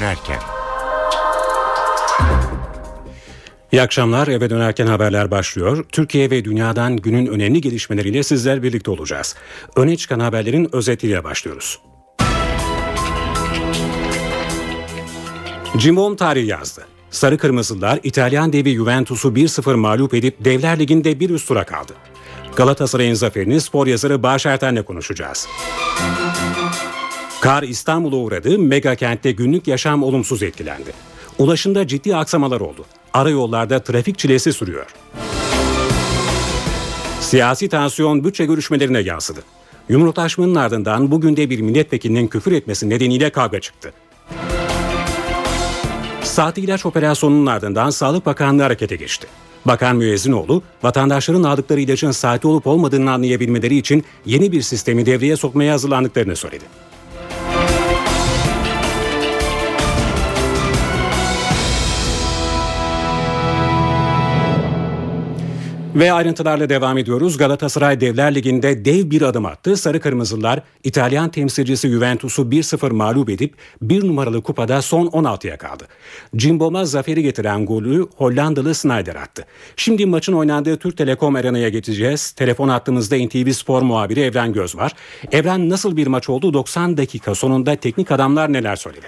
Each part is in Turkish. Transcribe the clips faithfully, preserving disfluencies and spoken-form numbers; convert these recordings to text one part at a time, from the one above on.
dönerken. İyi akşamlar, eve dönerken haberler başlıyor. Türkiye ve dünyadan günün önemli gelişmeleriyle sizler birlikte olacağız. Öne çıkan haberlerin özetiyle başlıyoruz. Cimbom tarihi yazdı. Sarı Kırmızılar İtalyan devi Juventus'u bir sıfır mağlup edip Devler Ligi'nde bir üst tura kaldı. Galatasaray'ın zaferini spor yazarı Bağış Erten'le konuşacağız. Kar İstanbul'a uğradı, mega kentte günlük yaşam olumsuz etkilendi. Ulaşımda ciddi aksamalar oldu. Arayollarda trafik çilesi sürüyor. Siyasi tansiyon bütçe görüşmelerine yansıdı. Yumruklaşmanın ardından bugün de bir milletvekilinin küfür etmesi nedeniyle kavga çıktı. Sahte ilaç operasyonunun ardından Sağlık Bakanlığı harekete geçti. Bakan Müezzinoğlu, vatandaşların aldıkları ilacın sahte olup olmadığını anlayabilmeleri için yeni bir sistemi devreye sokmaya hazırlandıklarını söyledi. Ve ayrıntılarla devam ediyoruz. Galatasaray Devler Ligi'nde dev bir adım attı. Sarı Kırmızılar İtalyan temsilcisi Juventus'u bir sıfır mağlup edip bir numaralı kupada son on altıya kaldı. Cimbom'a zaferi getiren golü Hollandalı Sneijder attı. Şimdi maçın oynandığı Türk Telekom Arena'ya geçeceğiz. Telefon hattımızda N T V Spor muhabiri Evren Göz var. Evren, nasıl bir maç oldu? doksan dakika sonunda teknik adamlar neler söyledi?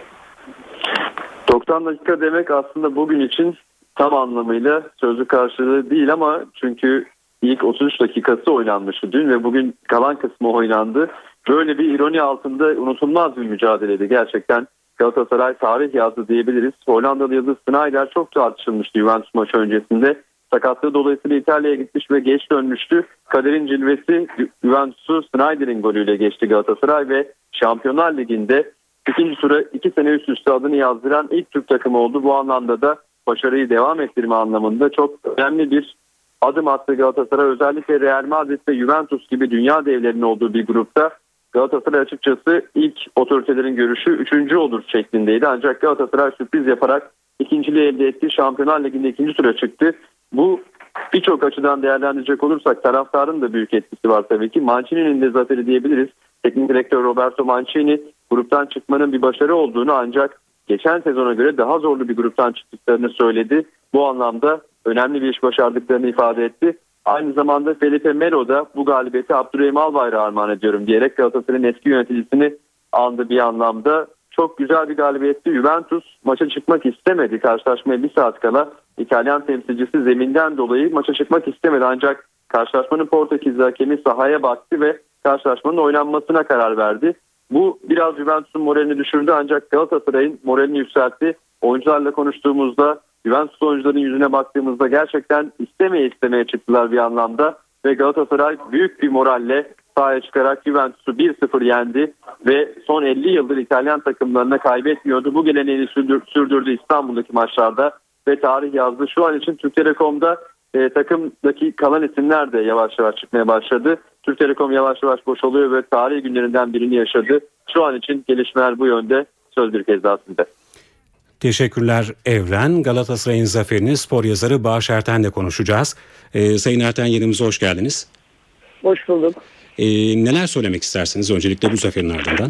doksan dakika demek aslında bugün için tam anlamıyla sözlü karşılığı değil ama çünkü ilk otuz üç dakikası oynanmıştı dün ve bugün kalan kısmı oynandı. Böyle bir ironi altında unutulmaz bir mücadeleydi. Gerçekten Galatasaray tarih yazdı diyebiliriz. Hollandalı yıldız Sneijder çok tartışılmıştı Juventus maçı öncesinde. Sakatlığı dolayısıyla İtalya'ya gitmiş ve geç dönmüştü. Kaderin cilvesi Juventus'u Sneijder'in golüyle geçti Galatasaray ve Şampiyonlar Ligi'nde ikinci tura iki sene üst üste adını yazdıran ilk Türk takımı oldu. Bu anlamda da başarıyı devam ettirme anlamında çok önemli bir adım attı Galatasaray. Özellikle Real Madrid ve Juventus gibi dünya devlerinin olduğu bir grupta Galatasaray açıkçası ilk otoritelerin görüşü üçüncü olur şeklindeydi. Ancak Galatasaray sürpriz yaparak ikinciliği elde etti. Şampiyonlar Ligi'nde ikinci tura çıktı. Bu birçok açıdan değerlendirecek olursak taraftarın da büyük etkisi var tabii ki. Mancini'nin de zaferi diyebiliriz. Teknik direktör Roberto Mancini gruptan çıkmanın bir başarı olduğunu ancak geçen sezona göre daha zorlu bir gruptan çıktıklarını söyledi. Bu anlamda önemli bir iş başardıklarını ifade etti. Aynı zamanda Felipe Melo da bu galibiyeti Abdurrahim Albayrak'a armağan ediyorum diyerek Galatasaray'ın eski yöneticisini andı bir anlamda. Çok güzel bir galibiyetti. Juventus maça çıkmak istemedi. Karşılaşmaya bir saat kala İtalyan temsilcisi zeminden dolayı maça çıkmak istemedi. Ancak karşılaşmanın Portekizli hakemi sahaya baktı ve karşılaşmanın oynanmasına karar verdi. Bu biraz Juventus'un moralini düşürdü ancak Galatasaray'ın moralini yükseltti. Oyuncularla konuştuğumuzda, Juventus oyuncuların yüzüne baktığımızda gerçekten istemeye istemeye çıktılar bir anlamda. Ve Galatasaray büyük bir moralle sahaya çıkarak Juventus'u bir sıfır yendi. Ve son elli yıldır İtalyan takımlarına kaybetmiyordu. Bu geleneğini sürdür, sürdürdü İstanbul'daki maçlarda ve tarih yazdı. Şu an için Türk Telekom'da e, takımdaki kalan isimler de yavaş yavaş çıkmaya başladı. Türk Telekom yavaş yavaş boşalıyor ve tarihi günlerinden birini yaşadı. Şu an için gelişmeler bu yönde. Söz bir kez daha sizde. Teşekkürler Evren. Galatasaray'ın zaferini spor yazarı Bağış Erten'le konuşacağız. Ee, Sayın Erten, yerimize hoş geldiniz. Hoş bulduk. Ee, neler söylemek istersiniz öncelikle bu zaferin ardından?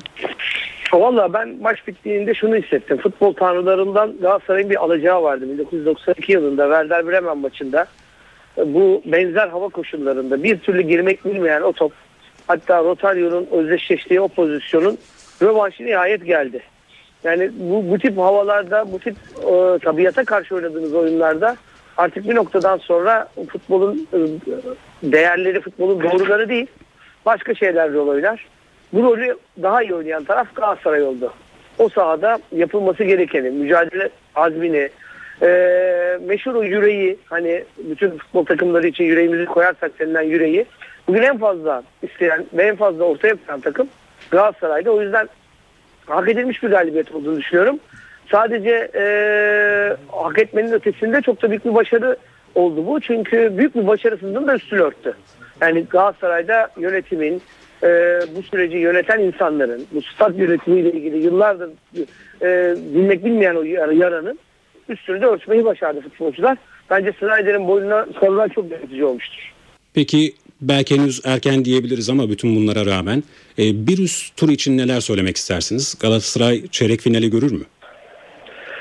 Valla ben maç bittiğinde şunu hissettim. Futbol tanrılarından Galatasaray'ın bir alacağı vardı. bin dokuz yüz doksan iki yılında Werder Bremen maçında bu benzer hava koşullarında bir türlü girmek bilmeyen o top, hatta Rotario'nun özdeşleştiği o pozisyonun rövanşı nihayet geldi. Yani bu, bu tip havalarda, bu tip e, tabiata karşı oynadığınız oyunlarda artık bir noktadan sonra futbolun e, değerleri, futbolun doğruları değil, başka şeyler rol oynar. Bu rolü daha iyi oynayan taraf Galatasaray oldu. O sahada yapılması gerekeni, mücadele azmini, e, meşhur o yüreği, hani bütün futbol takımları için yüreğimizi koyarsak denilen yüreği bugün en fazla isteyen ve en fazla ortaya koyan takım Galatasaray'da. O yüzden hak edilmiş bir galibiyet olduğunu düşünüyorum. Sadece e, hak etmenin ötesinde çok da büyük bir başarı oldu bu. Çünkü büyük bir başarısızlığını da üstünü örttü. Yani Galatasaray'da yönetimin, e, bu süreci yöneten insanların, bu stat yönetimiyle ilgili yıllardır e, bilmek bilmeyen o yaranın üstünü de örtmeyi başardı futbolcular. Bence Sneijder'in boynuna sarılan çok yönetici olmuştur. Peki belki henüz erken diyebiliriz ama bütün bunlara rağmen e, bir üst tur için neler söylemek istersiniz? Galatasaray çeyrek finali görür mü?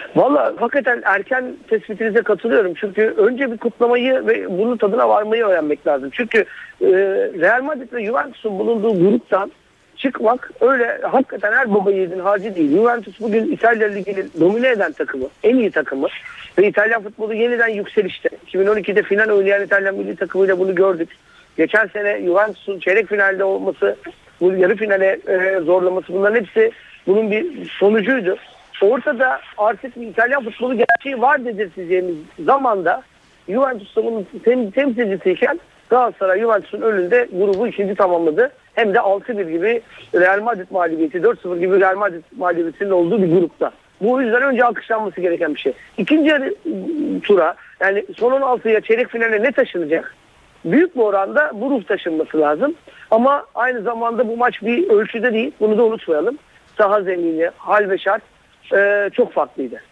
Valla hakikaten erken tespitinize katılıyorum. Çünkü önce bir kutlamayı ve bunun tadına varmayı öğrenmek lazım. Çünkü e, Real Madrid ve Juventus'un bulunduğu gruptan çıkmak öyle hakikaten her baba yiğidin harcı değil. Juventus bugün İtalya Ligi'nin domine eden takımı, en iyi takımı ve İtalyan futbolu yeniden yükselişte. iki bin on ikide final oynayan İtalyan milli takımıyla bunu gördük. Geçen sene Juventus'un çeyrek finalde olması, bu yarı finale e, zorlaması, bunların hepsi bunun bir sonucuydu. Ortada artık bir İtalyan futbolu gerçeği var dedirteceğimiz zamanda Juventus da bunun tem temsilcisiyken Galatasaray Juventus'un önünde grubu ikinci tamamladı. Hem de altı bir gibi Real Madrid mağlubiyeti, dört sıfır gibi Real Madrid mağlubiyetinin olduğu bir grupta. Bu o yüzden önce alkışlanması gereken bir şey. İkinci yarı tura, yani son on altıya, çeyrek finale ne taşınacak? Büyük bir oranda bu ruh taşınması lazım. Ama aynı zamanda bu maç bir ölçüde değil. Bunu da unutmayalım. Saha zemini, hal ve şart e, çok farklıydı.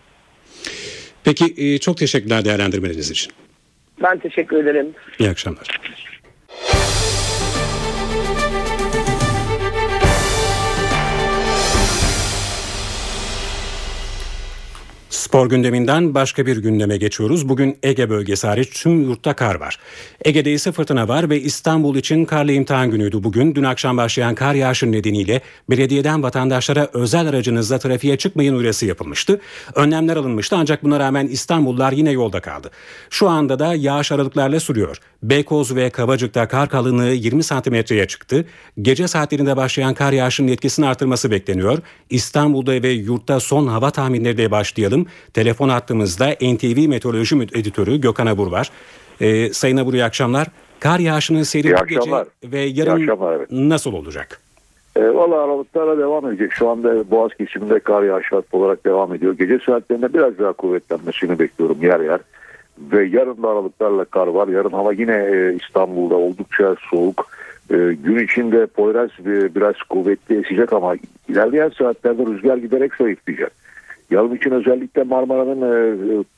Peki çok teşekkürler değerlendirmeleriniz için. Ben teşekkür ederim. İyi akşamlar. Spor gündeminden başka bir gündeme geçiyoruz. Bugün Ege bölgesi hariç tüm yurtta kar var. Ege'de ise fırtına var ve İstanbul için karlı imtihan günüydü bugün. Dün akşam başlayan kar yağışı nedeniyle belediyeden vatandaşlara özel aracınızla trafiğe çıkmayın uyarısı yapılmıştı. Önlemler alınmıştı ancak buna rağmen İstanbullular yine yolda kaldı. Şu anda da yağış aralıklarla sürüyor. Beykoz ve Kavacık'ta kar kalınlığı yirmi santimetreye çıktı. Gece saatlerinde başlayan kar yağışının etkisini artırması bekleniyor. İstanbul'da ve yurtta son hava tahminleriyle başlayalım. Telefon hattımızda N T V Meteoroloji Editörü Gökhan Abur var. Ee, Sayın Abur, iyi akşamlar. Kar yağışının seyri bu gece ve yarın evet. nasıl olacak? E, Valla aralıklarla devam edecek. Şu anda Boğaz kesiminde kar yağışı olarak devam ediyor. Gece saatlerinde biraz daha kuvvetlenmesini bekliyorum yer yer. Ve yarın da aralıklarla kar var. Yarın hava yine e, İstanbul'da oldukça soğuk. E, gün içinde Poyraz e, biraz kuvvetli esecek ama ilerleyen saatlerde rüzgar giderek zayıflayacak. Yarın için özellikle Marmara'nın e,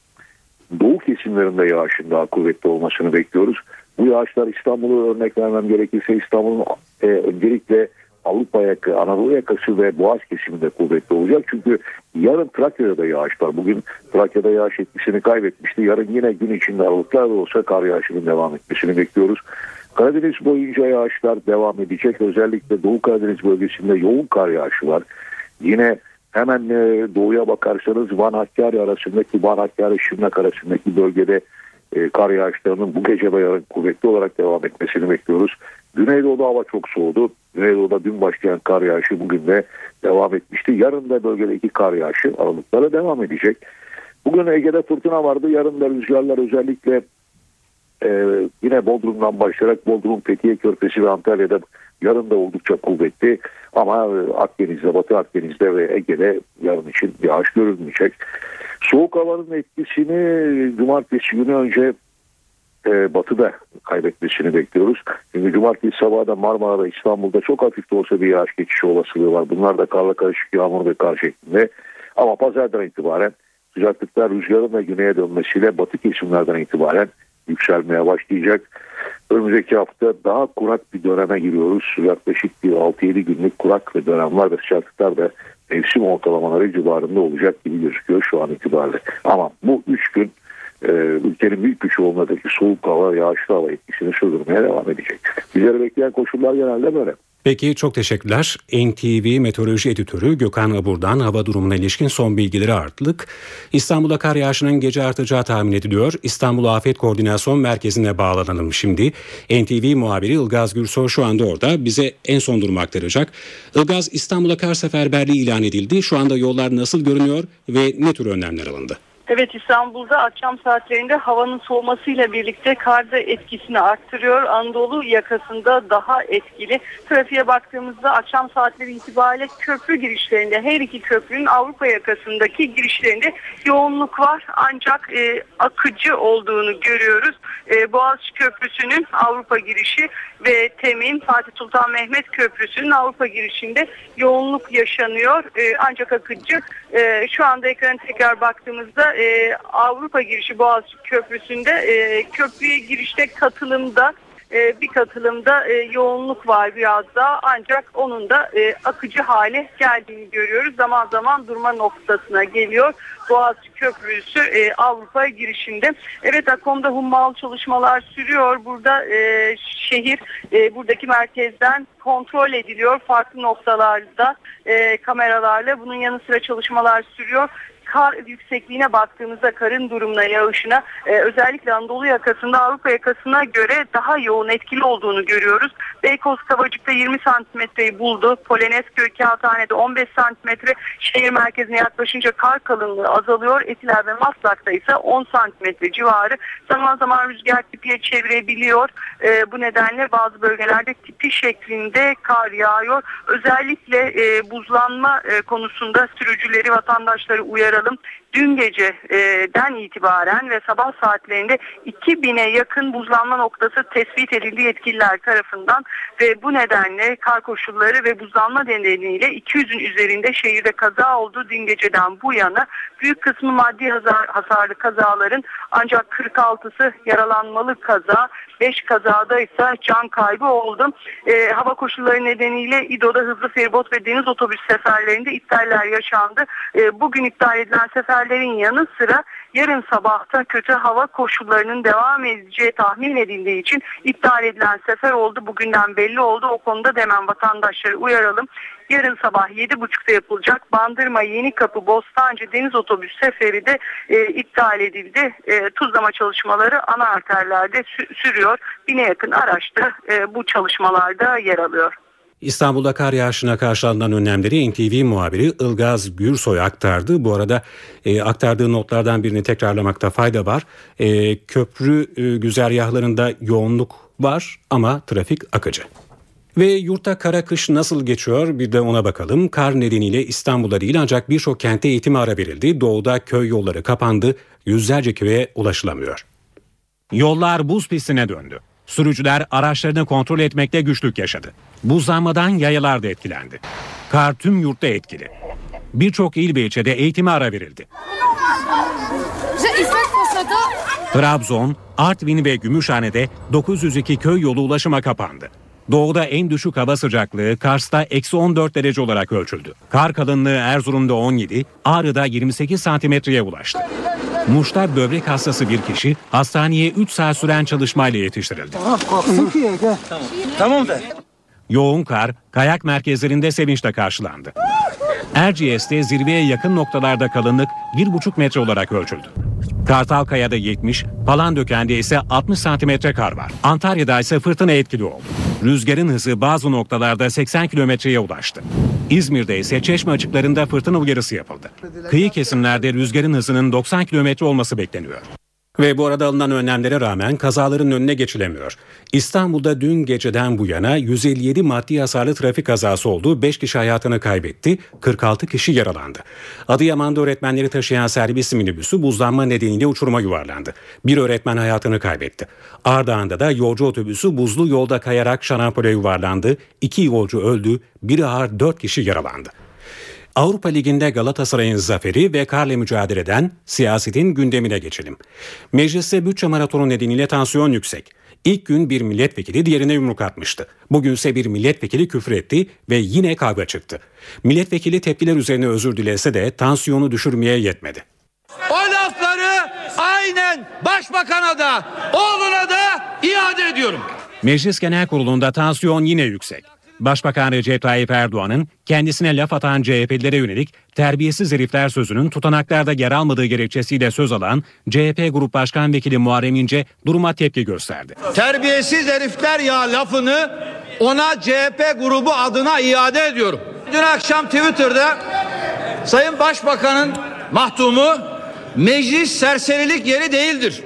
doğu kesimlerinde yağışın daha kuvvetli olmasını bekliyoruz. Bu yağışlar İstanbul'u örnek vermem gerekirse İstanbul'un e, öncelikle Avrupa yakası, Anadolu yakası ve Boğaz kesiminde kuvvetli olacak. Çünkü yarın Trakya'da da yağış var. Bugün Trakya'da yağış etkisini kaybetmişti. Yarın yine gün içinde aralıklarla olsa kar yağışının devam etmesini bekliyoruz. Karadeniz boyunca yağışlar devam edecek. Özellikle Doğu Karadeniz bölgesinde yoğun kar yağışı var. Yine hemen e, doğuya bakarsanız Van Hakkari arasındaki, Van Hakkari Şırnak arasındaki bölgede e, kar yağışlarının bu gece ve yarın kuvvetli olarak devam etmesini bekliyoruz. Güneydoğu'da hava çok soğudu. Güneydoğu'da dün başlayan kar yağışı bugün de devam etmişti. Yarın da bölgedeki kar yağışı aralıklara devam edecek. Bugün Ege'de fırtına vardı. Yarın da rüzgarlar özellikle e, yine Bodrum'dan başlayarak Bodrum, Fethiye Körfezi ve Antalya'da yarın da oldukça kuvvetli. Ama Akdeniz'de, Batı Akdeniz'de ve Ege'de yarın için yağış görülmeyecek. Soğuk havanın etkisini cumartesi günü önce e, batıda kaybetmesini bekliyoruz. Çünkü cumartesi sabahı da Marmara'da, İstanbul'da çok hafif de olsa bir yağış geçişi olasılığı var. Bunlar da karla karışık yağmur ve kar şeklinde. Ama pazardan itibaren sıcaklıklar rüzgarın ve güneye dönmesiyle batı kesimlerden itibaren yükselmeye başlayacak. Önümüzdeki hafta daha kurak bir döneme giriyoruz. Yaklaşık bir altı yedi günlük kurak bir dönem var ve sıcaklıklar da mevsim ortalamaları civarında olacak gibi gözüküyor şu an itibariyle. Ama bu üç gün e, ülkenin büyük bir çoğunluğundaki soğuk hava, yağışlı hava etkisini sürdürmeye devam edecek. Bizleri bekleyen koşullar genelde böyle. Peki, çok teşekkürler. N T V Meteoroloji Editörü Gökhan Abur'dan hava durumuna ilişkin son bilgileri aldık. İstanbul'a kar yağışının gece artacağı tahmin ediliyor. İstanbul Afet Koordinasyon Merkezi'ne bağlanalım şimdi. N T V muhabiri Ilgaz Gürsoy şu anda orada. Bize en son durumu aktaracak. Ilgaz, İstanbul'a kar seferberliği ilan edildi. Şu anda yollar nasıl görünüyor ve ne tür önlemler alındı? Evet, İstanbul'da akşam saatlerinde havanın soğumasıyla birlikte kar da etkisini arttırıyor. Anadolu yakasında daha etkili. Trafiğe baktığımızda akşam saatleri itibariyle köprü girişlerinde, her iki köprünün Avrupa yakasındaki girişlerinde yoğunluk var. Ancak e, akıcı olduğunu görüyoruz. E, Boğaziçi Köprüsü'nün Avrupa girişi ve Temin Fatih Sultan Mehmet Köprüsü'nün Avrupa girişinde yoğunluk yaşanıyor. E, ancak akıcı. E, şu anda ekrana tekrar baktığımızda e, Avrupa girişi Boğaziçi Köprüsü'nde e, köprüye girişte katılımda e, bir katılımda e, yoğunluk var biraz daha, ancak onun da e, akıcı hale geldiğini görüyoruz. Zaman zaman durma noktasına geliyor. Boğaziçi Köprüsü e, Avrupa girişinde. Evet, AKOM'da hummalı çalışmalar sürüyor. Burada e, şehir e, buradaki merkezden kontrol ediliyor. Farklı noktalarda e, kameralarla bunun yanı sıra çalışmalar sürüyor. Kar yüksekliğine baktığımızda karın durumuna, yağışına e, özellikle Anadolu yakasında Avrupa yakasına göre daha yoğun, etkili olduğunu görüyoruz. Beykoz Kavacık'ta yirmi santimetreyi buldu. Polonezköy Kağıthane'de on beş santimetre. Şehir merkezine yaklaşınca kar kalınlığı azalıyor. Etiler ve Maslak'ta ise on santimetre civarı. Zaman zaman rüzgar tipiye çevirebiliyor. E, bu nedenle bazı bölgelerde tipi şeklinde kar yağıyor. Özellikle e, buzlanma e, konusunda sürücüleri, vatandaşları uyaralım. Dün geceden itibaren ve sabah saatlerinde iki bine yakın buzlanma noktası tespit edildi yetkililer tarafından ve bu nedenle kar koşulları ve buzlanma nedeniyle iki yüzün üzerinde şehirde kaza oldu dün geceden bu yana. Büyük kısmı maddi hasar, hasarlı kazaların, ancak kırk altısı yaralanmalı kaza, beş kazada ise can kaybı oldu. E, hava koşulları nedeniyle İDO'da hızlı feribot ve deniz otobüs seferlerinde iptaller yaşandı. E, bugün iptal edilen seferlerin yanı sıra yarın sabahta kötü hava koşullarının devam edeceği tahmin edildiği için iptal edilen sefer oldu. Bugünden belli oldu. O konuda da hemen vatandaşları uyaralım. Yarın sabah yedi buçukta yapılacak Bandırma, Yenikapı, Bostancı deniz otobüs seferi de e, iptal edildi. E, tuzlama çalışmaları ana arterlerde sü- sürüyor. Bine yakın araçta e, bu çalışmalarda yer alıyor. İstanbul'da kar yağışına karşı alınan önlemleri N T V muhabiri Ilgaz Gürsoy aktardı. Bu arada e, aktardığı notlardan birini tekrarlamakta fayda var. E, köprü e, güzergahlarında yoğunluk var ama trafik akıcı. Ve yurtta kara kış nasıl geçiyor bir de ona bakalım. Kar nedeniyle İstanbul'da değil ancak birçok kentte eğitime ara verildi. Doğuda köy yolları kapandı. Yüzlerce köye ulaşılamıyor. Yollar buz pistine döndü. Sürücüler araçlarını kontrol etmekte güçlük yaşadı. Buzlanmadan yayalar da etkilendi. Kar tüm yurtta etkili. Birçok il ve ilçede eğitime ara verildi. Trabzon, Artvin ve Gümüşhane'de dokuz yüz iki köy yolu ulaşıma kapandı. Doğuda en düşük hava sıcaklığı Kars'ta eksi on dört derece olarak ölçüldü. Kar kalınlığı Erzurum'da on yedi, Ağrı'da yirmi sekiz santimetreye ulaştı. Muş'ta böbrek hastası bir kişi hastaneye üç saat süren çalışmayla yetiştirildi. Tamam da. Yoğun kar kayak merkezlerinde sevinçle karşılandı. Erciyes'te zirveye yakın noktalarda kalınlık bir buçuk metre olarak ölçüldü. Kartalkaya'da yetmiş, Palandöken'de ise altmış santimetre kar var. Antalya'da ise fırtına etkili oldu. Rüzgarın hızı bazı noktalarda seksen kilometreye ulaştı. İzmir'de ise Çeşme açıklarında fırtına uyarısı yapıldı. Kıyı kesimlerde rüzgarın hızının doksan kilometre olması bekleniyor. Ve bu arada alınan önlemlere rağmen kazaların önüne geçilemiyor. İstanbul'da dün geceden bu yana yüz elli yedi maddi hasarlı trafik kazası oldu. beş kişi hayatını kaybetti, kırk altı kişi yaralandı. Adıyaman'da öğretmenleri taşıyan servis minibüsü buzlanma nedeniyle uçuruma yuvarlandı. Bir öğretmen hayatını kaybetti. Ardahan'da da yolcu otobüsü buzlu yolda kayarak şarampole yuvarlandı. İki yolcu öldü, biri ağır dört kişi yaralandı. Avrupa Ligi'nde Galatasaray'ın zaferi ve karla mücadeleden siyasetin gündemine geçelim. Mecliste bütçe maratonu nedeniyle tansiyon yüksek. İlk gün bir milletvekili diğerine yumruk atmıştı. Bugünse bir milletvekili küfür etti ve yine kavga çıktı. Milletvekili tepkiler üzerine özür dilese de tansiyonu düşürmeye yetmedi. O lafları aynen başbakana da oğluna da iade ediyorum. Meclis Genel Kurulu'nda tansiyon yine yüksek. Başbakan Recep Tayyip Erdoğan'ın kendisine laf atan C H P'lilere yönelik terbiyesiz herifler sözünün tutanaklarda yer almadığı gerekçesiyle söz alan C H P Grup Başkan Vekili Muharrem İnce duruma tepki gösterdi. Terbiyesiz herifler ya lafını ona C H P grubu adına iade ediyorum. Dün akşam Twitter'da Sayın Başbakan'ın mahtumu meclis serserilik yeri değildir.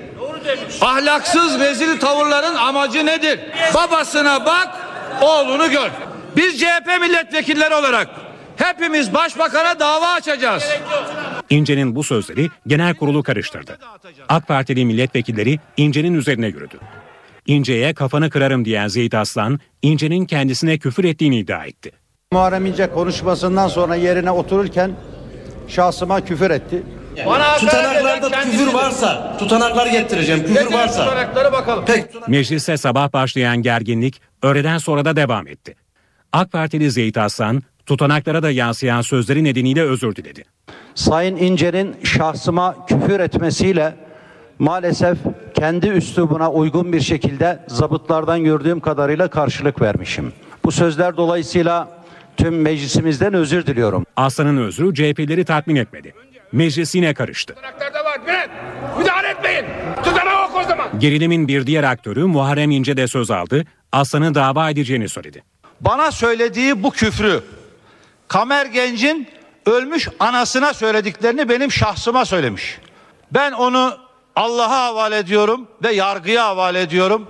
Ahlaksız rezil tavırların amacı nedir? Babasına bak, oğlunu gör. Biz C H P milletvekilleri olarak hepimiz başbakana dava açacağız. İnce'nin bu sözleri genel kurulu karıştırdı. AK Partili milletvekilleri İnce'nin üzerine yürüdü. İnce'ye kafanı kırarım diyen Zeyt Aslan, İnce'nin kendisine küfür ettiğini iddia etti. Muharrem İnce konuşmasından sonra yerine otururken şahsıma küfür etti. Bana Tutanaklarda küfür varsa, tutanakları getireceğim. Küfür varsa. Tutanakları bakalım. Peki. Mecliste sabah başlayan gerginlik öğleden sonra da devam etti. AK Partili Zeyt Aslan tutanaklara da yansıyan sözleri nedeniyle özür diledi. Sayın İnce'nin şahsıma küfür etmesiyle maalesef kendi üslubuna uygun bir şekilde zabıtlardan gördüğüm kadarıyla karşılık vermişim. Bu sözler dolayısıyla tüm meclisimizden özür diliyorum. Aslan'ın özrü C H P'lileri tatmin etmedi. Meclis yine karıştı. Tutanaklarda var. Bülent, müdahale etmeyin. Tutanağı oku o zaman. Gerilimin bir diğer aktörü Muharrem İnce de söz aldı. Aslan'ı dava edeceğini söyledi. Bana söylediği bu küfrü Kamer Genç'in ölmüş anasına söylediklerini benim şahsıma söylemiş. Ben onu Allah'a havale ediyorum ve yargıya havale ediyorum.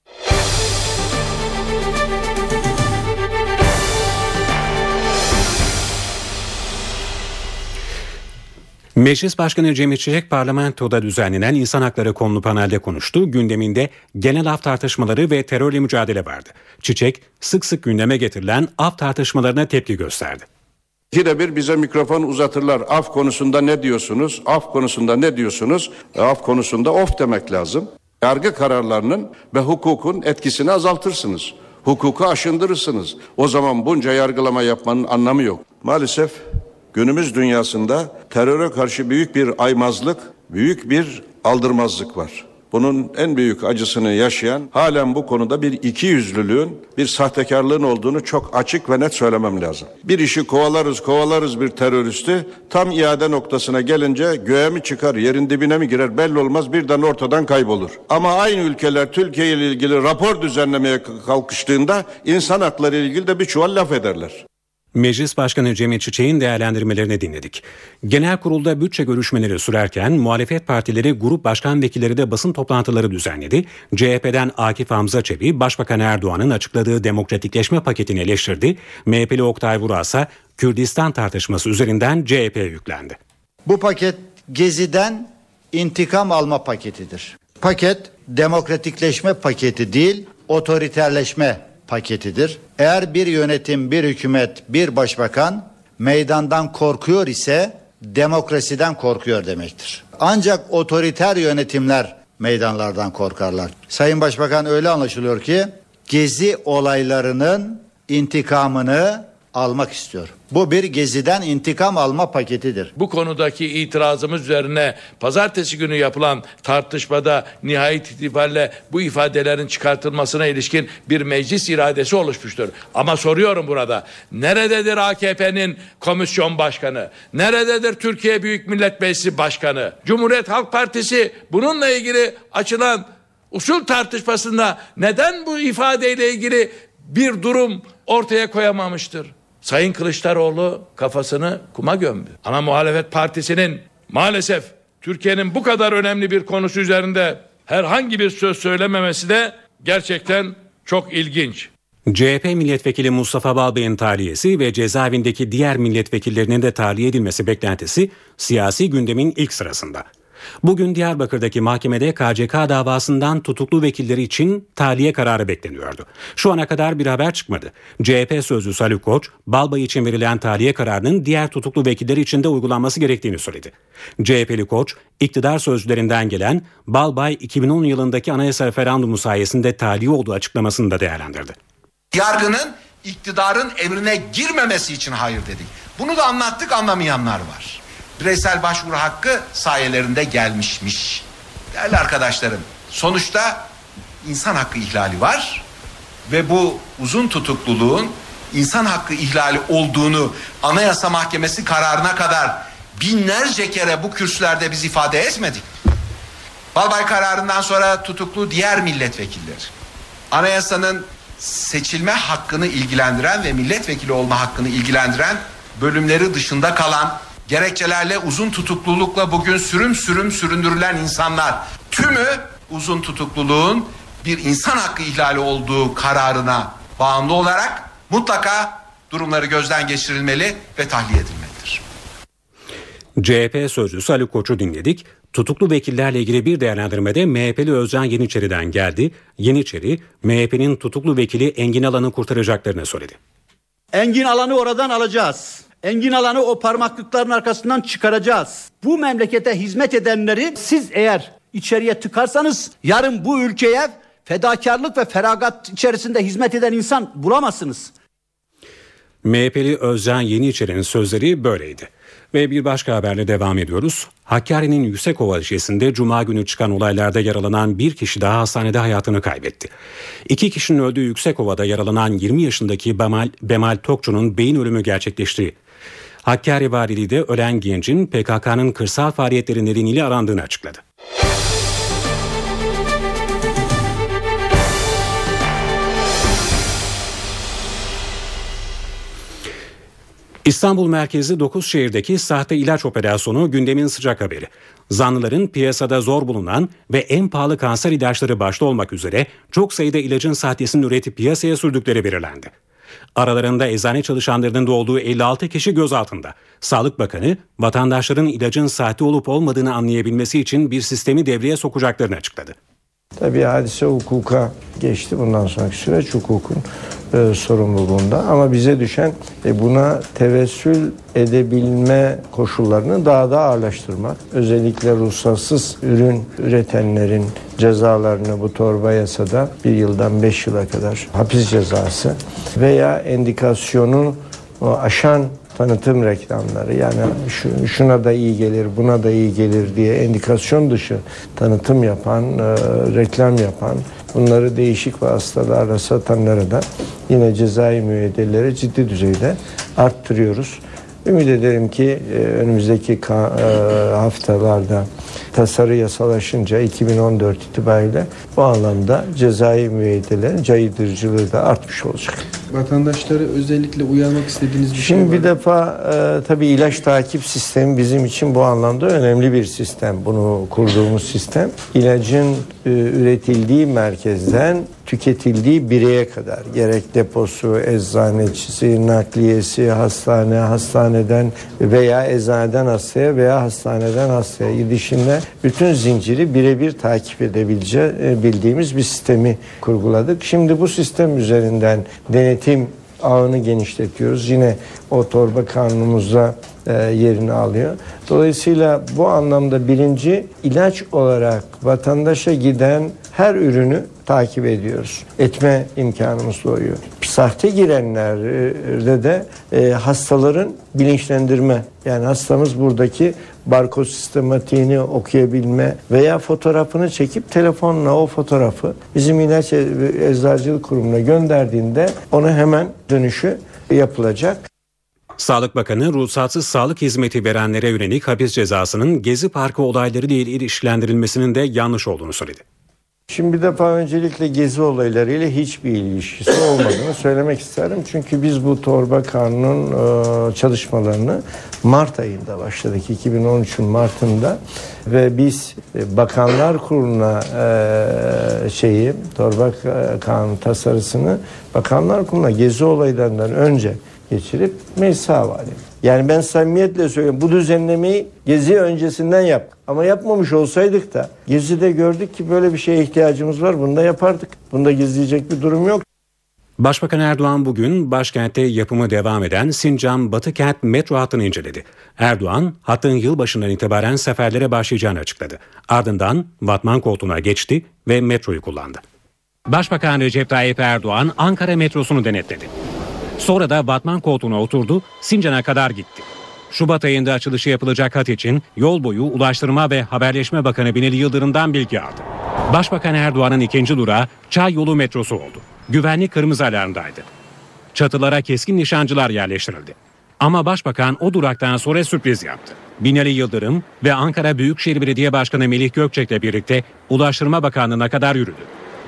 Meclis Başkanı Cemil Çiçek parlamentoda düzenlenen insan hakları konulu panelde konuştu. Gündeminde genel af tartışmaları ve terörle mücadele vardı. Çiçek sık sık gündeme getirilen af tartışmalarına tepki gösterdi. İkide bir bize mikrofon uzatırlar. Af konusunda ne diyorsunuz? Af konusunda ne diyorsunuz? Af konusunda of demek lazım. Yargı kararlarının ve hukukun etkisini azaltırsınız. Hukuku aşındırırsınız. O zaman bunca yargılama yapmanın anlamı yok. Maalesef günümüz dünyasında teröre karşı büyük bir aymazlık, büyük bir aldırmazlık var. Bunun en büyük acısını yaşayan, halen bu konuda bir ikiyüzlülüğün, bir sahtekarlığın olduğunu çok açık ve net söylemem lazım. Bir işi kovalarız, kovalarız bir teröristi, tam iade noktasına gelince göğe mi çıkar, yerin dibine mi girer belli olmaz, birden ortadan kaybolur. Ama aynı ülkeler Türkiye ile ilgili rapor düzenlemeye kalkıştığında insan hakları ile ilgili de bir çuval laf ederler. Meclis Başkanı Cemil Çiçek'in değerlendirmelerini dinledik. Genel kurulda bütçe görüşmeleri sürerken muhalefet partileri grup başkan vekilleri de basın toplantıları düzenledi. C H P'den Akif Hamza Çebi, Başbakan Erdoğan'ın açıkladığı demokratikleşme paketini eleştirdi. M H P'li Oktay Vural ise Kürdistan tartışması üzerinden C H P'ye yüklendi. Bu paket Gezi'den intikam alma paketidir. Paket demokratikleşme paketi değil, otoriterleşme paketidir. Eğer bir yönetim, bir hükümet, bir başbakan meydandan korkuyor ise demokrasiden korkuyor demektir. Ancak otoriter yönetimler meydanlardan korkarlar. Sayın Başbakan öyle anlaşılıyor ki Gezi olaylarının intikamını almak istiyor. Bu bir Gezi'den intikam alma paketidir. Bu konudaki itirazımız üzerine pazartesi günü yapılan tartışmada nihayet itibariyle bu ifadelerin çıkartılmasına ilişkin bir meclis iradesi oluşmuştur. Ama soruyorum burada, nerededir A K P'nin komisyon başkanı? Nerededir Türkiye Büyük Millet Meclisi başkanı? Cumhuriyet Halk Partisi bununla ilgili açılan usul tartışmasında neden bu ifadeyle ilgili bir durum ortaya koyamamıştır? Sayın Kılıçdaroğlu kafasını kuma gömdü. Ana muhalefet partisinin maalesef Türkiye'nin bu kadar önemli bir konusu üzerinde herhangi bir söz söylememesi de gerçekten çok ilginç. C H P milletvekili Mustafa Balbay'ın tahliyesi ve cezaevindeki diğer milletvekillerinin de tahliye edilmesi beklentisi siyasi gündemin ilk sırasında. Bugün Diyarbakır'daki mahkemede K C K davasından tutuklu vekilleri için tahliye kararı bekleniyordu. Şu ana kadar bir haber çıkmadı. C H P sözcüsü Haluk Koç, Balbay için verilen tahliye kararının diğer tutuklu vekilleri için de uygulanması gerektiğini söyledi. C H P'li Koç, iktidar sözcülerinden gelen Balbay iki bin on yılındaki anayasa referandumu sayesinde tahliye olduğu açıklamasını da değerlendirdi. Yargının iktidarın emrine girmemesi için hayır dedik. Bunu da anlattık, anlamayanlar var. Bireysel başvuru hakkı sayelerinde gelmişmiş. Değerli arkadaşlarım, sonuçta insan hakkı ihlali var ve bu uzun tutukluluğun insan hakkı ihlali olduğunu Anayasa Mahkemesi kararına kadar binlerce kere bu kürsülerde biz ifade etmedik. Balbay kararından sonra tutuklu diğer milletvekilleri, anayasanın seçilme hakkını ilgilendiren ve milletvekili olma hakkını ilgilendiren bölümleri dışında kalan, gerekçelerle uzun tutuklulukla bugün sürüm sürüm süründürülen insanlar, tümü uzun tutukluluğun bir insan hakkı ihlali olduğu kararına bağımlı olarak mutlaka durumları gözden geçirilmeli ve tahliye edilmelidir. C H P sözcüsü Haluk Koç'u dinledik. Tutuklu vekillerle ilgili bir değerlendirmede M H P'li Özcan Yeniçeri'den geldi. Yeniçeri, M H P'nin tutuklu vekili Engin Alan'ı kurtaracaklarını söyledi. Engin Alan'ı oradan alacağız. Engin Alan'ı o parmaklıkların arkasından çıkaracağız. Bu memlekete hizmet edenleri siz eğer içeriye tıkarsanız yarın bu ülkeye fedakarlık ve feragat içerisinde hizmet eden insan bulamazsınız. M H P'li Özcan Yeniçer'in sözleri böyleydi. Ve bir başka haberle devam ediyoruz. Hakkari'nin Yüksekova ilçesinde Cuma günü çıkan olaylarda yaralanan bir kişi daha hastanede hayatını kaybetti. İki kişinin öldüğü Yüksekova'da yaralanan yirmi yaşındaki Bemal, Bemal Tokçu'nun beyin ölümü gerçekleşti. Hakkari Valiliği de ölen gencin P K K'nın kırsal faaliyetleri nedeniyle arandığını açıkladı. İstanbul merkezli dokuz şehirdeki sahte ilaç operasyonu gündemin sıcak haberi. Zanlıların piyasada zor bulunan ve en pahalı kanser ilaçları başta olmak üzere çok sayıda ilacın sahtesini üretip piyasaya sürdükleri belirlendi. Aralarında eczane çalışanlarının da olduğu elli altı kişi gözaltında. Sağlık Bakanı, vatandaşların ilacın sahte olup olmadığını anlayabilmesi için bir sistemi devreye sokacaklarını açıkladı. Tabii hadise hukuka geçti. Bundan sonraki süreç hukukun e, sorumluluğunda. Ama bize düşen e, buna tevessül edebilme koşullarını daha da ağırlaştırmak. Özellikle ruhsatsız ürün üretenlerin cezalarını bu torba yasada bir yıldan beş yıla kadar hapis cezası veya endikasyonu o aşan tanıtım reklamları, yani şu, şuna da iyi gelir, buna da iyi gelir diye endikasyon dışı tanıtım yapan, e, reklam yapan, bunları değişik vasıtalarla satanları da yine cezai müeyyideleri ciddi düzeyde arttırıyoruz. Ümit ederim ki e, önümüzdeki ka- e, haftalarda tasarı yasalaşınca iki bin on dört itibariyle bu anlamda cezai müeyyidelerin caydırıcılığı da artmış olacak. Vatandaşları özellikle uyarmak istediğiniz bir şey Şimdi var bir mı? defa e, tabii ilaç takip sistemi bizim için bu anlamda önemli bir sistem. Bunu kurduğumuz sistem ilacın e, üretildiği merkezden tüketildiği bireye kadar, gerek deposu, eczanecisi, nakliyesi, hastane, hastaneden veya eczaneden hastaya veya hastaneden hastaya gidişinde bütün zinciri birebir takip edebildiğimiz bir sistemi kurguladık. Şimdi bu sistem üzerinden denetim ağını genişletiyoruz. Yine o torba kanunumuzda e, yerini alıyor. Dolayısıyla bu anlamda birinci ilaç olarak vatandaşa giden her ürünü takip ediyoruz. Etme imkanımız doğuyor. Sahte girenlerde de e, hastaların bilinçlendirme, yani hastamız buradaki barkod sistematiğini okuyabilme veya fotoğrafını çekip telefonla o fotoğrafı bizim ilaç eczacılık kurumuna gönderdiğinde ona hemen dönüşü yapılacak. Sağlık Bakanı, ruhsatsız sağlık hizmeti verenlere yönelik hapis cezasının Gezi Parkı olayları ile ilişkilendirilmesinin de yanlış olduğunu söyledi. Şimdi bir defa öncelikle gezi olaylarıyla hiçbir ilişkisi olmadığını söylemek isterim. Çünkü biz bu torba kanunun e, çalışmalarını Mart ayında başladık. iki bin on üçün Mart'ında ve biz e, Bakanlar Kurulu'na e, şeyi torba kanun tasarısını Bakanlar Kurulu'na gezi olaylarından önce geçirip meclise havale. Yani ben samimiyetle söylüyorum, bu düzenlemeyi gezi öncesinden yaptık. Ama yapmamış olsaydık da Gezi'de gördük ki böyle bir şeye ihtiyacımız var, bunu da yapardık. Bunda gizleyecek bir durum yok. Başbakan Erdoğan bugün başkentte yapımı devam eden Sincan Batıkent metro hattını inceledi. Erdoğan, hattın yılbaşından itibaren seferlere başlayacağını açıkladı. Ardından Batman koltuğuna geçti ve metroyu kullandı. Başbakan Recep Tayyip Erdoğan Ankara metrosunu denetledi. Sonra da Batman koltuğuna oturdu, Sincan'a kadar gitti. Şubat ayında açılışı yapılacak hat için yol boyu Ulaştırma ve Haberleşme Bakanı Binali Yıldırım'dan bilgi aldı. Başbakan Erdoğan'ın ikinci durağı Çay Yolu metrosu oldu. Güvenlik kırmızı alarmdaydı. Çatılara keskin nişancılar yerleştirildi. Ama Başbakan o duraktan sonra sürpriz yaptı. Binali Yıldırım ve Ankara Büyükşehir Belediye Başkanı Melih Gökçek'le birlikte Ulaştırma Bakanlığı'na kadar yürüdü.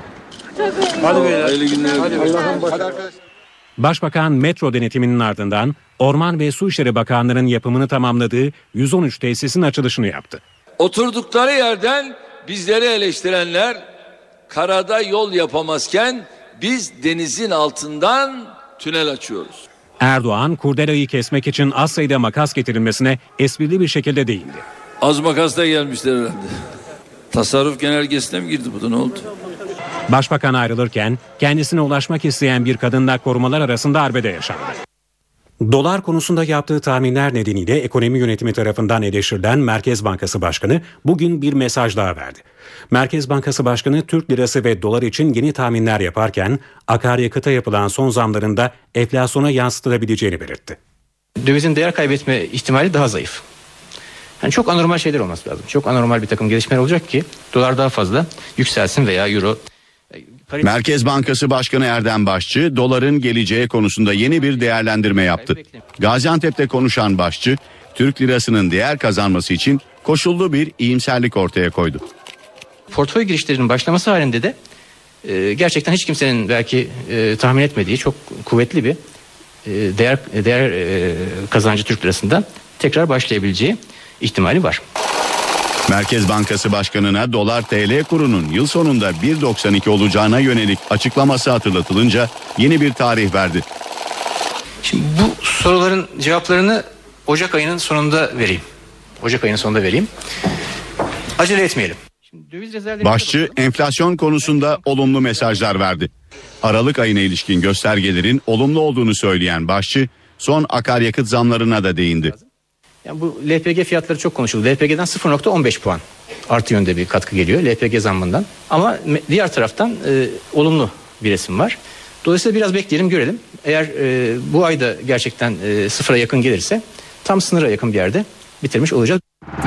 Hadi beyler. Hayırlı günler. Hadi, hadi arkadaşlar. Başbakan metro denetiminin ardından Orman ve Su İşleri Bakanlığı'nın yapımını tamamladığı yüz on üç tesisin açılışını yaptı. Oturdukları yerden bizleri eleştirenler karada yol yapamazken biz denizin altından tünel açıyoruz. Erdoğan, kurdelayı kesmek için az sayıda makas getirilmesine esprili bir şekilde değindi. Az makas da gelmişler herhalde. Tasarruf genelgesine mi girdi bu da, ne oldu? Başbakan ayrılırken kendisine ulaşmak isteyen bir kadınla korumalar arasında arbede yaşandı. Dolar konusunda yaptığı tahminler nedeniyle ekonomi yönetimi tarafından eleştirilen Merkez Bankası Başkanı bugün bir mesaj daha verdi. Merkez Bankası Başkanı Türk lirası ve dolar için yeni tahminler yaparken akaryakıta yapılan son zamların da enflasyona yansıtılabileceğini belirtti. Dövizin değer kaybetme ihtimali daha zayıf. Yani çok anormal şeyler olması lazım. Çok anormal bir takım gelişmeler olacak ki dolar daha fazla yükselsin veya euro. Merkez Bankası Başkanı Erdem Başçı, doların geleceği konusunda yeni bir değerlendirme yaptı. Gaziantep'te konuşan Başçı, Türk lirasının değer kazanması için koşullu bir iyimserlik ortaya koydu. Portföy girişlerinin başlaması halinde de e, gerçekten hiç kimsenin belki e, tahmin etmediği çok kuvvetli bir e, değer değer e, kazancı Türk lirasından tekrar başlayabileceği ihtimali var. Merkez Bankası Başkanı'na dolar T L kurunun yıl sonunda bir virgül doksan iki olacağına yönelik açıklaması hatırlatılınca yeni bir tarih verdi. Şimdi bu soruların cevaplarını Ocak ayının sonunda vereyim. Ocak ayının sonunda vereyim. Acele etmeyelim. Başçı enflasyon konusunda olumlu mesajlar verdi. Aralık ayına ilişkin göstergelerin olumlu olduğunu söyleyen Başçı son akaryakıt zamlarına da değindi. Yani bu L P G fiyatları çok konuşuldu. L P G'den sıfır virgül on beş puan artı yönde bir katkı geliyor L P G zammından. Ama diğer taraftan e, olumlu bir resim var. Dolayısıyla biraz bekleyelim görelim. Eğer e, bu ayda gerçekten e, sıfıra yakın gelirse tam sınıra yakın bir yerde bitirmiş olacağız.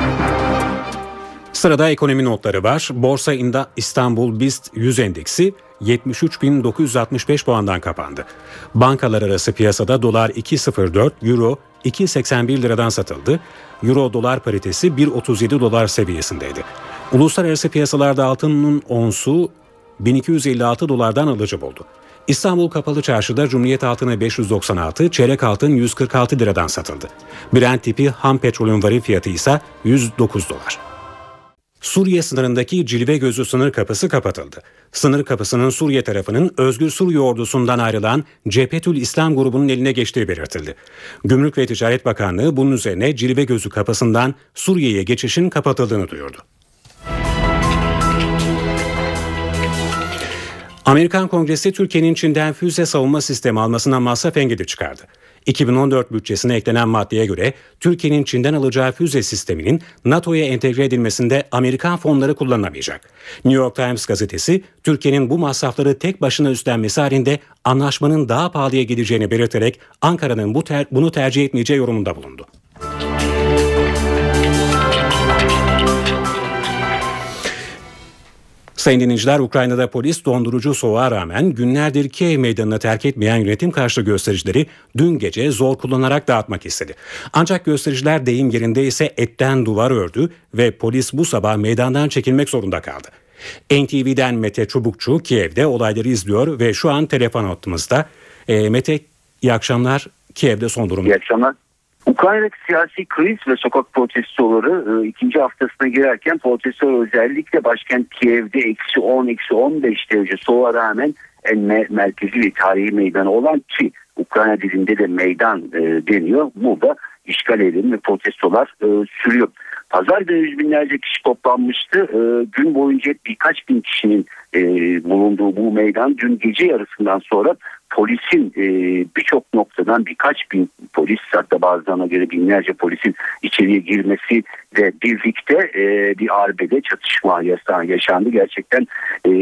Sırada ekonomi notları var. Borsa İstanbul BIST yüz endeksi yetmiş üç bin dokuz yüz altmış beş puandan kapandı. Bankalar arası piyasada dolar iki virgül sıfır dört, euro iki virgül seksen bir liradan satıldı. Euro dolar paritesi bir virgül otuz yedi dolar seviyesindeydi. Uluslararası piyasalarda altının onsu bin iki yüz elli altı dolardan alıcı buldu. İstanbul Kapalı Çarşı'da Cumhuriyet altını beş yüz doksan altı, çeyrek altın yüz kırk altı liradan satıldı. Brent tipi ham petrolün varil fiyatı ise yüz dokuz dolar. Suriye sınırındaki Cilve Gözü sınır kapısı kapatıldı. Sınır kapısının Suriye tarafının Özgür Suriye ordusundan ayrılan Cephetül İslam grubunun eline geçtiği belirtildi. Gümrük ve Ticaret Bakanlığı bunun üzerine Cilve Gözü kapısından Suriye'ye geçişin kapatıldığını duyurdu. Amerikan Kongresi Türkiye'nin Çin'den füze savunma sistemi almasına masraf engeli çıkardı. iki bin on dört bütçesine eklenen maddeye göre Türkiye'nin Çin'den alacağı füze sisteminin NATO'ya entegre edilmesinde Amerikan fonları kullanılamayacak. New York Times gazetesi Türkiye'nin bu masrafları tek başına üstlenmesi halinde anlaşmanın daha pahalıya gideceğini belirterek Ankara'nın bu ter- bunu tercih etmeyeceği yorumunda bulundu. Sayın dinleyiciler, Ukrayna'da polis dondurucu soğuğa rağmen günlerdir Kiev meydanını terk etmeyen yönetim karşıtı göstericileri dün gece zor kullanarak dağıtmak istedi. Ancak göstericiler deyim yerinde ise etten duvar ördü ve polis bu sabah meydandan çekilmek zorunda kaldı. N T V'den Mete Çubukçu Kiev'de olayları izliyor ve şu an telefon hattımızda. E, Mete, iyi akşamlar. Kiev'de son durum. İyi akşamlar. Ukrayna'daki siyasi kriz ve sokak protestoları e, ikinci haftasına girerken protestolar özellikle başkent Kiev'de eksi on, eksi on beş derece soğuğa rağmen en me- merkezi ve tarihi meydanı olan ki Ukrayna dilinde de meydan e, deniyor. Burada işgal eylemi ve protestolar e, sürüyor. Pazar günü yüz binlerce kişi toplanmıştı. E, gün boyunca birkaç bin kişinin e, bulunduğu bu meydan dün gece yarısından sonra polisin e, birçok noktadan birkaç bin polis, hatta bazılarına göre binlerce polisin içeriye girmesi ve birlikte e, bir arbede çatışma yaşandı. Gerçekten e,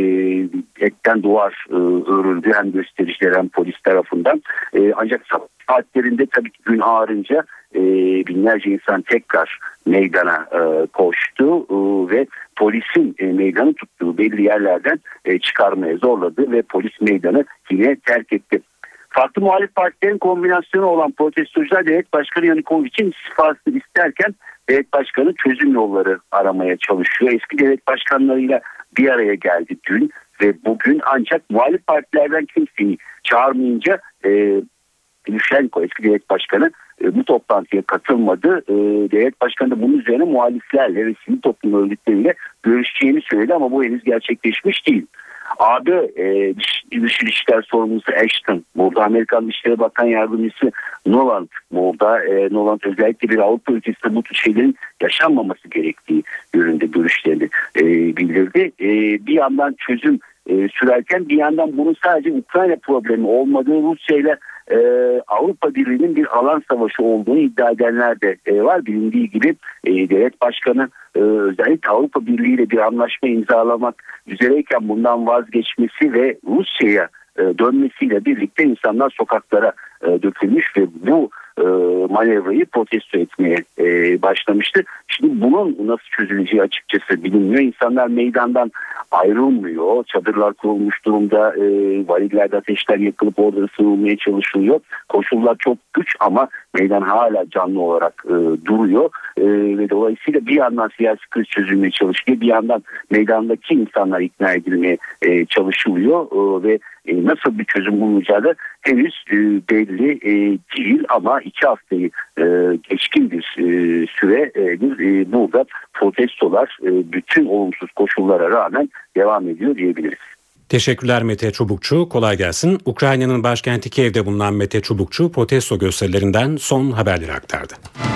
etten duvar e, örüldü hem göstericiler hem polis tarafından. E, ancak saatlerinde tabii ki gün ağarınca e, binlerce insan tekrar meydana e, koştu e, ve polisin e, meydanı tuttuğu belli yerlerden e, çıkarmaya zorladı ve polis meydanı yine terk etti. Farklı muhalif partilerin kombinasyonu olan protestocular devlet başkanı Yanukovych'in istifasını isterken devlet başkanı çözüm yolları aramaya çalışıyor. Eski devlet başkanlarıyla bir araya geldi dün ve bugün, ancak muhalif partilerden kimseyi çağırmayınca e, Yushchenko eski devlet başkanı e, bu toplantıya katılmadı. E, devlet başkanı da bunun üzerine muhaliflerle ve sivil toplum örgütleriyle görüşeceğini söyledi ama bu henüz gerçekleşmiş değil. A B e, Dış İlişkiler Sorumlusu Ashton, burada Amerikan Dışişleri Bakan Yardımcısı Nuland, burada e, Nuland özellikle bir Avrupa ülkesinde bu tür şeylerin yaşanmaması gerektiği yönünde görüşlerini e, bildirdi. E, bir yandan çözüm e, sürerken bir yandan bunun sadece Ukrayna problemi olmadığı, Rusya ile e, Avrupa Birliği'nin bir alan savaşı olduğunu iddia edenler de e, var. Bilindiği gibi e, devlet başkanı e, özellikle Avrupa Birliği ile bir anlaşma imzalamak üzereyken bundan vazgeçmesi ve Rusya'ya e, dönmesiyle birlikte insanlar sokaklara e, dökülmüş ve bu e, manevrayı protesto etmeye e, başlamıştı. Şimdi bunun nasıl çözüleceği açıkçası bilinmiyor. İnsanlar meydandan ayrılmıyor. Çadırlar kurulmuş durumda. E, varillerde ateşler yakılıp orada ısınılmaya çalışılıyor. Koşullar çok güç ama meydan hala canlı olarak e, duruyor. E, ve dolayısıyla bir yandan siyasi kriz çözülmeye çalışılıyor. Bir yandan meydandaki insanlar ikna edilmeye e, çalışılıyor. E, ve e, nasıl bir çözüm bulunacağı da henüz e, belli e, değil ama iki haftayı e, geçkin bir e, süredir e, burada protestolar e, bütün olumsuz koşullara rağmen devam ediyor diyebiliriz. Teşekkürler Mete Çubukçu. Kolay gelsin. Ukrayna'nın başkenti Kiev'de bulunan Mete Çubukçu protesto gösterilerinden son haberleri aktardı.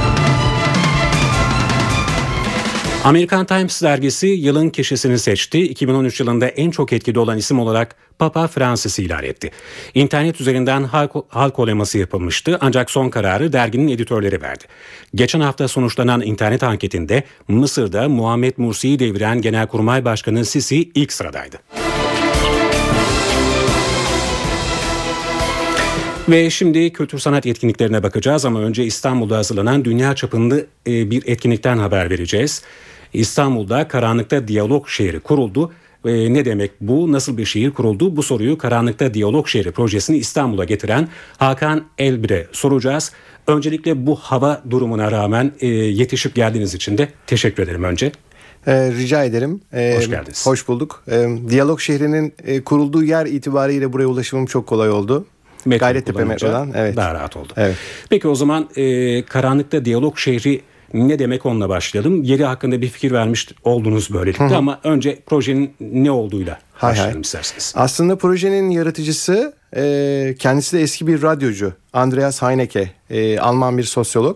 Amerikan Times dergisi yılın kişisini seçti. iki bin on üç yılında en çok etkili olan isim olarak Papa Francis'i ilan etti. İnternet üzerinden halk, halk oylaması yapılmıştı ancak son kararı derginin editörleri verdi. Geçen hafta sonuçlanan internet anketinde Mısır'da Muhammed Mursi'yi deviren Genelkurmay Başkanı Sisi ilk sıradaydı. Ve şimdi kültür sanat etkinliklerine bakacağız ama önce İstanbul'da hazırlanan dünya çapında bir etkinlikten haber vereceğiz. İstanbul'da Karanlıkta Diyalog Şehri kuruldu. E, ne demek bu? Nasıl bir şehir kuruldu? Bu soruyu Karanlıkta Diyalog Şehri projesini İstanbul'a getiren Hakan Elbir'e soracağız. Öncelikle bu hava durumuna rağmen e, yetişip geldiğiniz için de teşekkür ederim önce. Ee, rica ederim. Ee, hoş geldiniz. Hoş bulduk. Ee, Diyalog Şehri'nin e, kurulduğu yer itibariyle buraya ulaşımım çok kolay oldu. Metro Gayrettepe metrodan. Evet. Daha rahat oldu. Evet. Peki o zaman e, Karanlıkta Diyalog Şehri ne demek, onunla başlayalım. Yeri hakkında bir fikir vermiş oldunuz böylelikle Hı-hı. ama önce projenin ne olduğuyla hay başlayalım hay. isterseniz. Aslında projenin yaratıcısı e, kendisi de eski bir radyocu. Andreas Heinecke, e, Alman bir sosyolog.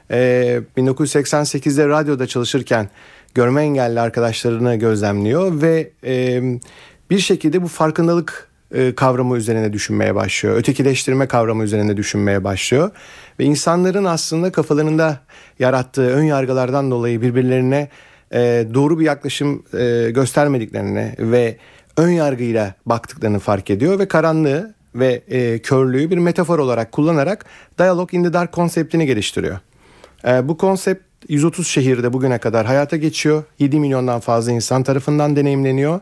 E, bin dokuz yüz seksen sekizde radyoda çalışırken görme engelli arkadaşlarını gözlemliyor ve e, bir şekilde bu farkındalık e, kavramı üzerine düşünmeye başlıyor. Ötekileştirme kavramı üzerine düşünmeye başlıyor. Ve insanların aslında kafalarında yarattığı ön yargılardan dolayı birbirlerine e, doğru bir yaklaşım e, göstermediklerini ve ön yargıyla baktıklarını fark ediyor ve karanlığı ve e, körlüğü bir metafor olarak kullanarak Dialogue in the Dark konseptini geliştiriyor. E, bu konsept yüz otuz şehirde bugüne kadar hayata geçiyor. yedi milyondan fazla insan tarafından deneyimleniyor.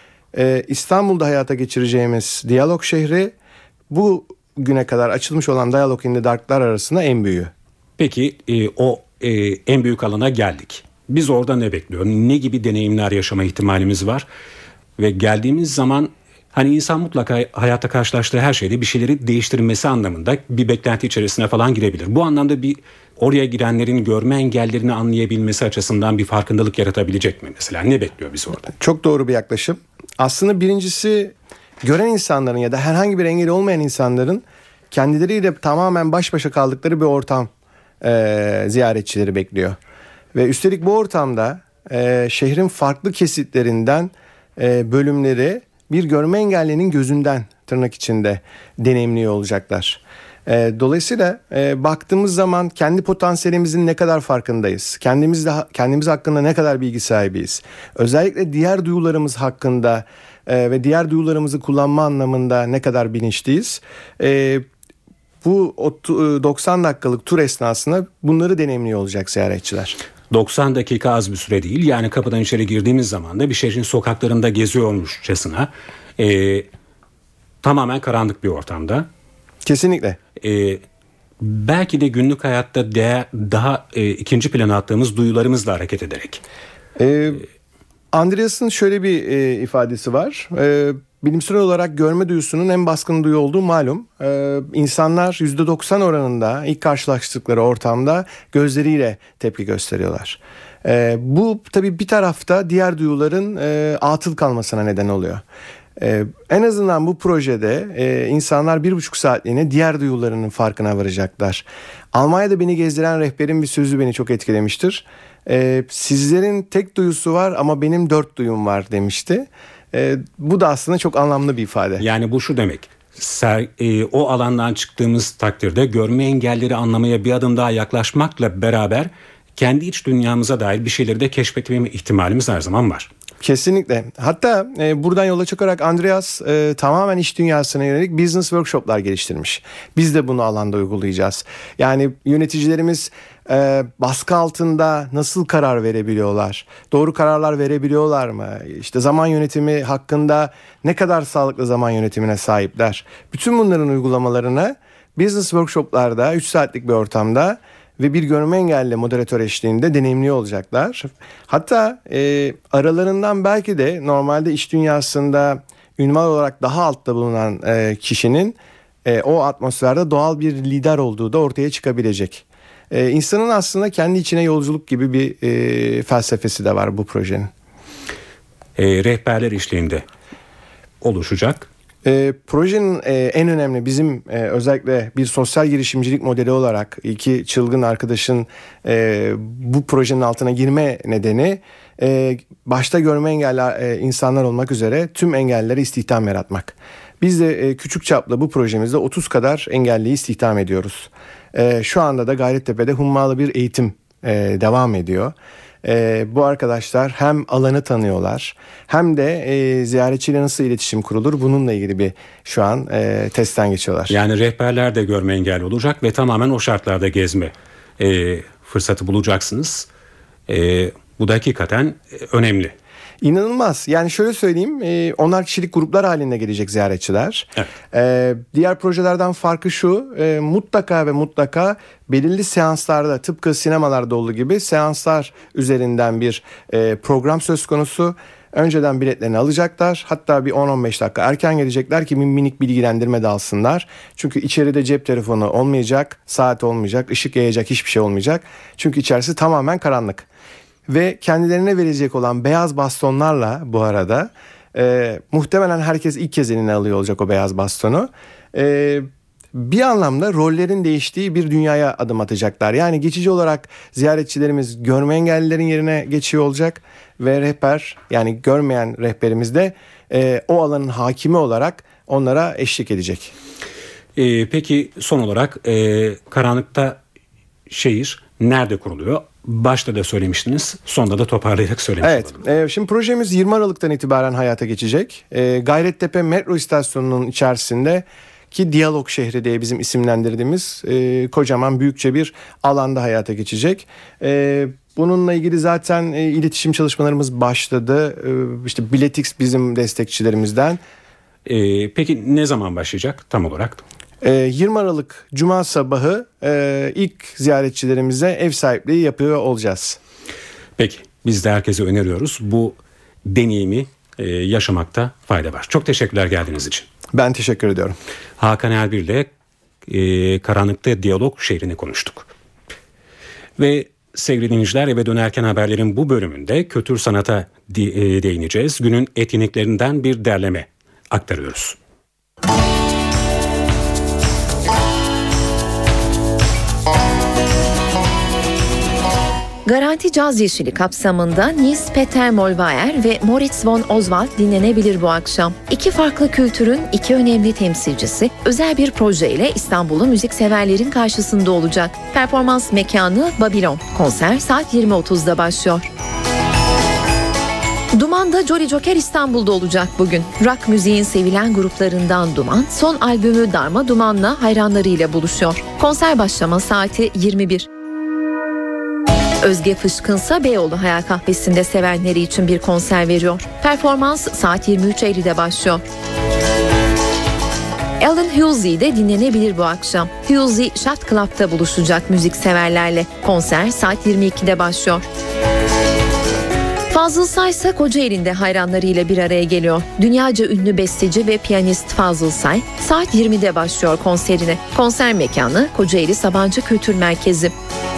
Ee, İstanbul'da hayata geçireceğimiz Diyalog şehri bu güne kadar açılmış olan Dialogue in the Dark'lar arasında en büyüğü. Peki e, o e, en büyük alana geldik. Biz orada ne bekliyor? Ne gibi deneyimler yaşama ihtimalimiz var? Ve geldiğimiz zaman hani insan mutlaka hayatta karşılaştığı her şeyde bir şeyleri değiştirmesi anlamında bir beklenti içerisine falan girebilir. Bu anlamda bir oraya girenlerin görme engellerini anlayabilmesi açısından bir farkındalık yaratabilecek mi mesela? Ne bekliyor bizi orada? Çok doğru bir yaklaşım. Aslında birincisi gören insanların ya da herhangi bir engeli olmayan insanların kendileriyle tamamen baş başa kaldıkları bir ortam e, ziyaretçileri bekliyor. Ve üstelik bu ortamda e, şehrin farklı kesitlerinden e, bölümleri bir görme engellinin gözünden tırnak içinde deneyimliyor olacaklar. E, dolayısıyla e, baktığımız zaman kendi potansiyelimizin ne kadar farkındayız, kendimiz de, kendimiz hakkında ne kadar bilgi sahibiyiz, özellikle diğer duyularımız hakkında e, ve diğer duyularımızı kullanma anlamında ne kadar bilinçliyiz. E, bu doksan dakikalık tur esnasında bunları deneyimliyor olacak ziyaretçiler. doksan dakika az bir süre değil. Yani kapıdan içeri girdiğimiz zaman da bir şehrin sokaklarında geziyormuşçasına e, tamamen karanlık bir ortamda. Kesinlikle. Ee, belki de günlük hayatta de, daha e, ikinci plana attığımız duyularımızla hareket ederek. Ee, Andreas'ın şöyle bir e, ifadesi var. Ee, bilimsel olarak görme duyusunun en baskın duyu olduğu malum. Ee, insanlar yüzde doksan oranında ilk karşılaştıkları ortamda gözleriyle tepki gösteriyorlar. Ee, bu tabii bir tarafta diğer duyuların e, atıl kalmasına neden oluyor. Ee, en azından bu projede e, insanlar bir buçuk saatliğine diğer duyularının farkına varacaklar. Almanya'da beni gezdiren rehberin bir sözü beni çok etkilemiştir. Ee, sizlerin tek duyusu var ama benim dört duyum var demişti. Ee, bu da aslında çok anlamlı bir ifade. Yani bu şu demek: ser, e, o alandan çıktığımız takdirde görme engelleri anlamaya bir adım daha yaklaşmakla beraber kendi iç dünyamıza dair bir şeyleri de keşfetme ihtimalimiz her zaman var. Kesinlikle. Hatta e, buradan yola çıkarak Andreas e, tamamen iş dünyasına yönelik business workshoplar geliştirmiş. Biz de bunu alanda uygulayacağız. Yani yöneticilerimiz e, baskı altında nasıl karar verebiliyorlar? Doğru kararlar verebiliyorlar mı? İşte zaman yönetimi hakkında ne kadar sağlıklı zaman yönetimine sahipler? Bütün bunların uygulamalarını business workshoplarda üç saatlik bir ortamda ve bir görme engelli moderatör eşliğinde deneyimli olacaklar. Hatta e, aralarından belki de normalde iş dünyasında ünvan olarak daha altta bulunan e, kişinin e, o atmosferde doğal bir lider olduğu da ortaya çıkabilecek. E, insanın aslında kendi içine yolculuk gibi bir e, felsefesi de var bu projenin. E, rehberler eşliğinde oluşacak. E, projenin e, en önemli bizim e, özellikle bir sosyal girişimcilik modeli olarak iki çılgın arkadaşın e, bu projenin altına girme nedeni e, başta görme engelli e, insanlar olmak üzere tüm engellilere istihdam yaratmak. Biz de e, küçük çaplı bu projemizde otuz kadar engelliyi istihdam ediyoruz. E, şu anda da Gayrettepe'de hummalı bir eğitim e, devam ediyor. Ee, bu arkadaşlar hem alanı tanıyorlar hem de e, ziyaretçiyle nasıl iletişim kurulur bununla ilgili bir şu an e, testten geçiyorlar. Yani rehberler de görme engelli olacak ve tamamen o şartlarda gezme e, fırsatı bulacaksınız. E, bu da hakikaten önemli. İnanılmaz. Yani şöyle söyleyeyim, e, onar kişilik gruplar halinde gelecek ziyaretçiler. Evet. E, diğer projelerden farkı şu, e, mutlaka ve mutlaka belirli seanslarda tıpkı sinemalarda olduğu gibi seanslar üzerinden bir e, program söz konusu. Önceden biletlerini alacaklar. Hatta bir on on beş dakika erken gelecekler ki minik bilgilendirme de alsınlar. Çünkü içeride cep telefonu olmayacak, saat olmayacak, ışık yayacak hiçbir şey olmayacak. Çünkü içerisi tamamen karanlık. Ve kendilerine verecek olan beyaz bastonlarla bu arada e, muhtemelen herkes ilk kez eline alıyor olacak o beyaz bastonu. E, bir anlamda rollerin değiştiği bir dünyaya adım atacaklar. Yani geçici olarak ziyaretçilerimiz görme engellilerin yerine geçiyor olacak. Ve rehber yani görmeyen rehberimiz de e, o alanın hakimi olarak onlara eşlik edecek. E, peki son olarak e, karanlıkta şehir nerede kuruluyor? Başta da söylemiştiniz. Sonda da toparlayarak söylemiş Evet. E, şimdi projemiz yirmi Aralık'tan itibaren hayata geçecek. E, Gayrettepe metro istasyonunun içerisinde ki Diyalog şehri diye bizim isimlendirdiğimiz e, kocaman büyükçe bir alanda hayata geçecek. E, bununla ilgili zaten e, iletişim çalışmalarımız başladı. E, işte Biletix bizim destekçilerimizden. E, peki ne zaman başlayacak tam olarak? yirmi Aralık Cuma sabahı e, ilk ziyaretçilerimize ev sahipliği yapıyor olacağız. Peki biz de herkese öneriyoruz. Bu deneyimi e, yaşamakta fayda var. Çok teşekkürler geldiğiniz için. Ben teşekkür ediyorum. Hakan Elbir ile e, Karanlıkta Diyalog şehrini konuştuk. Ve sevgili dinleyiciler, eve dönerken haberlerin bu bölümünde kültür sanata de, e, değineceğiz. Günün etkinliklerinden bir derleme aktarıyoruz. Garanti Caz Yeşili kapsamında Nils Peter Mollweyer ve Moritz von Oswald dinlenebilir bu akşam. İki farklı kültürün iki önemli temsilcisi özel bir projeyle İstanbul'u müzikseverlerin karşısında olacak. Performans mekanı Babylon. Konser saat yirmi otuzda başlıyor. Duman'da Jolly Joker İstanbul'da olacak bugün. Rock müziğin sevilen gruplarından Duman, son albümü Darma Duman'la hayranlarıyla buluşuyor. Konser başlama saati yirmi bir. Özge Fışkınsa Beyoğlu Hayal Kahvesi'nde sevenleri için bir konser veriyor. Performans saat yirmi üç elli'de başlıyor. Alan Halsey de dinlenebilir bu akşam. Halsey Shot Club'da buluşacak müzikseverlerle. Konser saat yirmi iki'de başlıyor. Fazıl Say ise Kocaeli'nde hayranlarıyla bir araya geliyor. Dünyaca ünlü besteci ve piyanist Fazıl Say saat yirmi'de başlıyor konserine. Konser mekanı Kocaeli Sabancı Kültür Merkezi.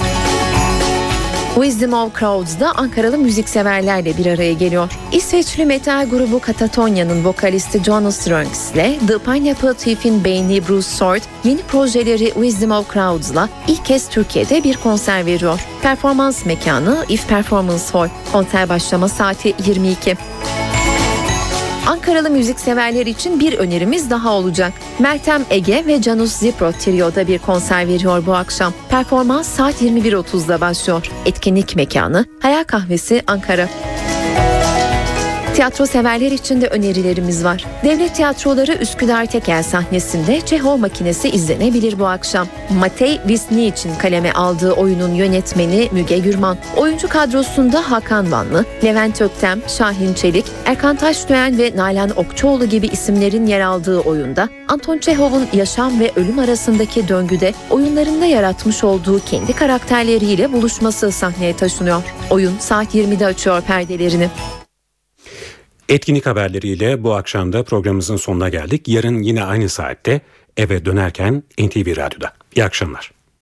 Wisdom of Crowds'da Ankaralı müzikseverlerle bir araya geliyor. İsveçli metal grubu Katatonya'nın vokalisti Jonas Rönks ile The Pineapple Thief'in beyni Bruce Sword yeni projeleri Wisdom of Crowds'la ilk kez Türkiye'de bir konser veriyor. Performans mekanı If Performance Hall. Konser başlama saati yirmi iki. Ankaralı müzikseverler için bir önerimiz daha olacak. Meltem Ege ve Canus Zipro Trio'da bir konser veriyor bu akşam. Performans saat yirmi bir otuzda başlıyor. Etkinlik mekanı Hayal Kahvesi, Ankara. Tiyatro severler için de önerilerimiz var. Devlet Tiyatroları Üsküdar Tekel sahnesinde Çehov Makinesi izlenebilir bu akşam. Matej Visny için kaleme aldığı oyunun yönetmeni Müge Gürman. Oyuncu kadrosunda Hakan Vanlı, Levent Öktem, Şahin Çelik, Erkan Taşdöğen ve Nalan Okçuoğlu gibi isimlerin yer aldığı oyunda Anton Çehov'un yaşam ve ölüm arasındaki döngüde oyunlarında yaratmış olduğu kendi karakterleriyle buluşması sahneye taşınıyor. Oyun saat yirmide açıyor perdelerini. Etkinlik haberleriyle bu akşam da programımızın sonuna geldik. Yarın yine aynı saatte eve dönerken N T V Radyo'da. İyi akşamlar.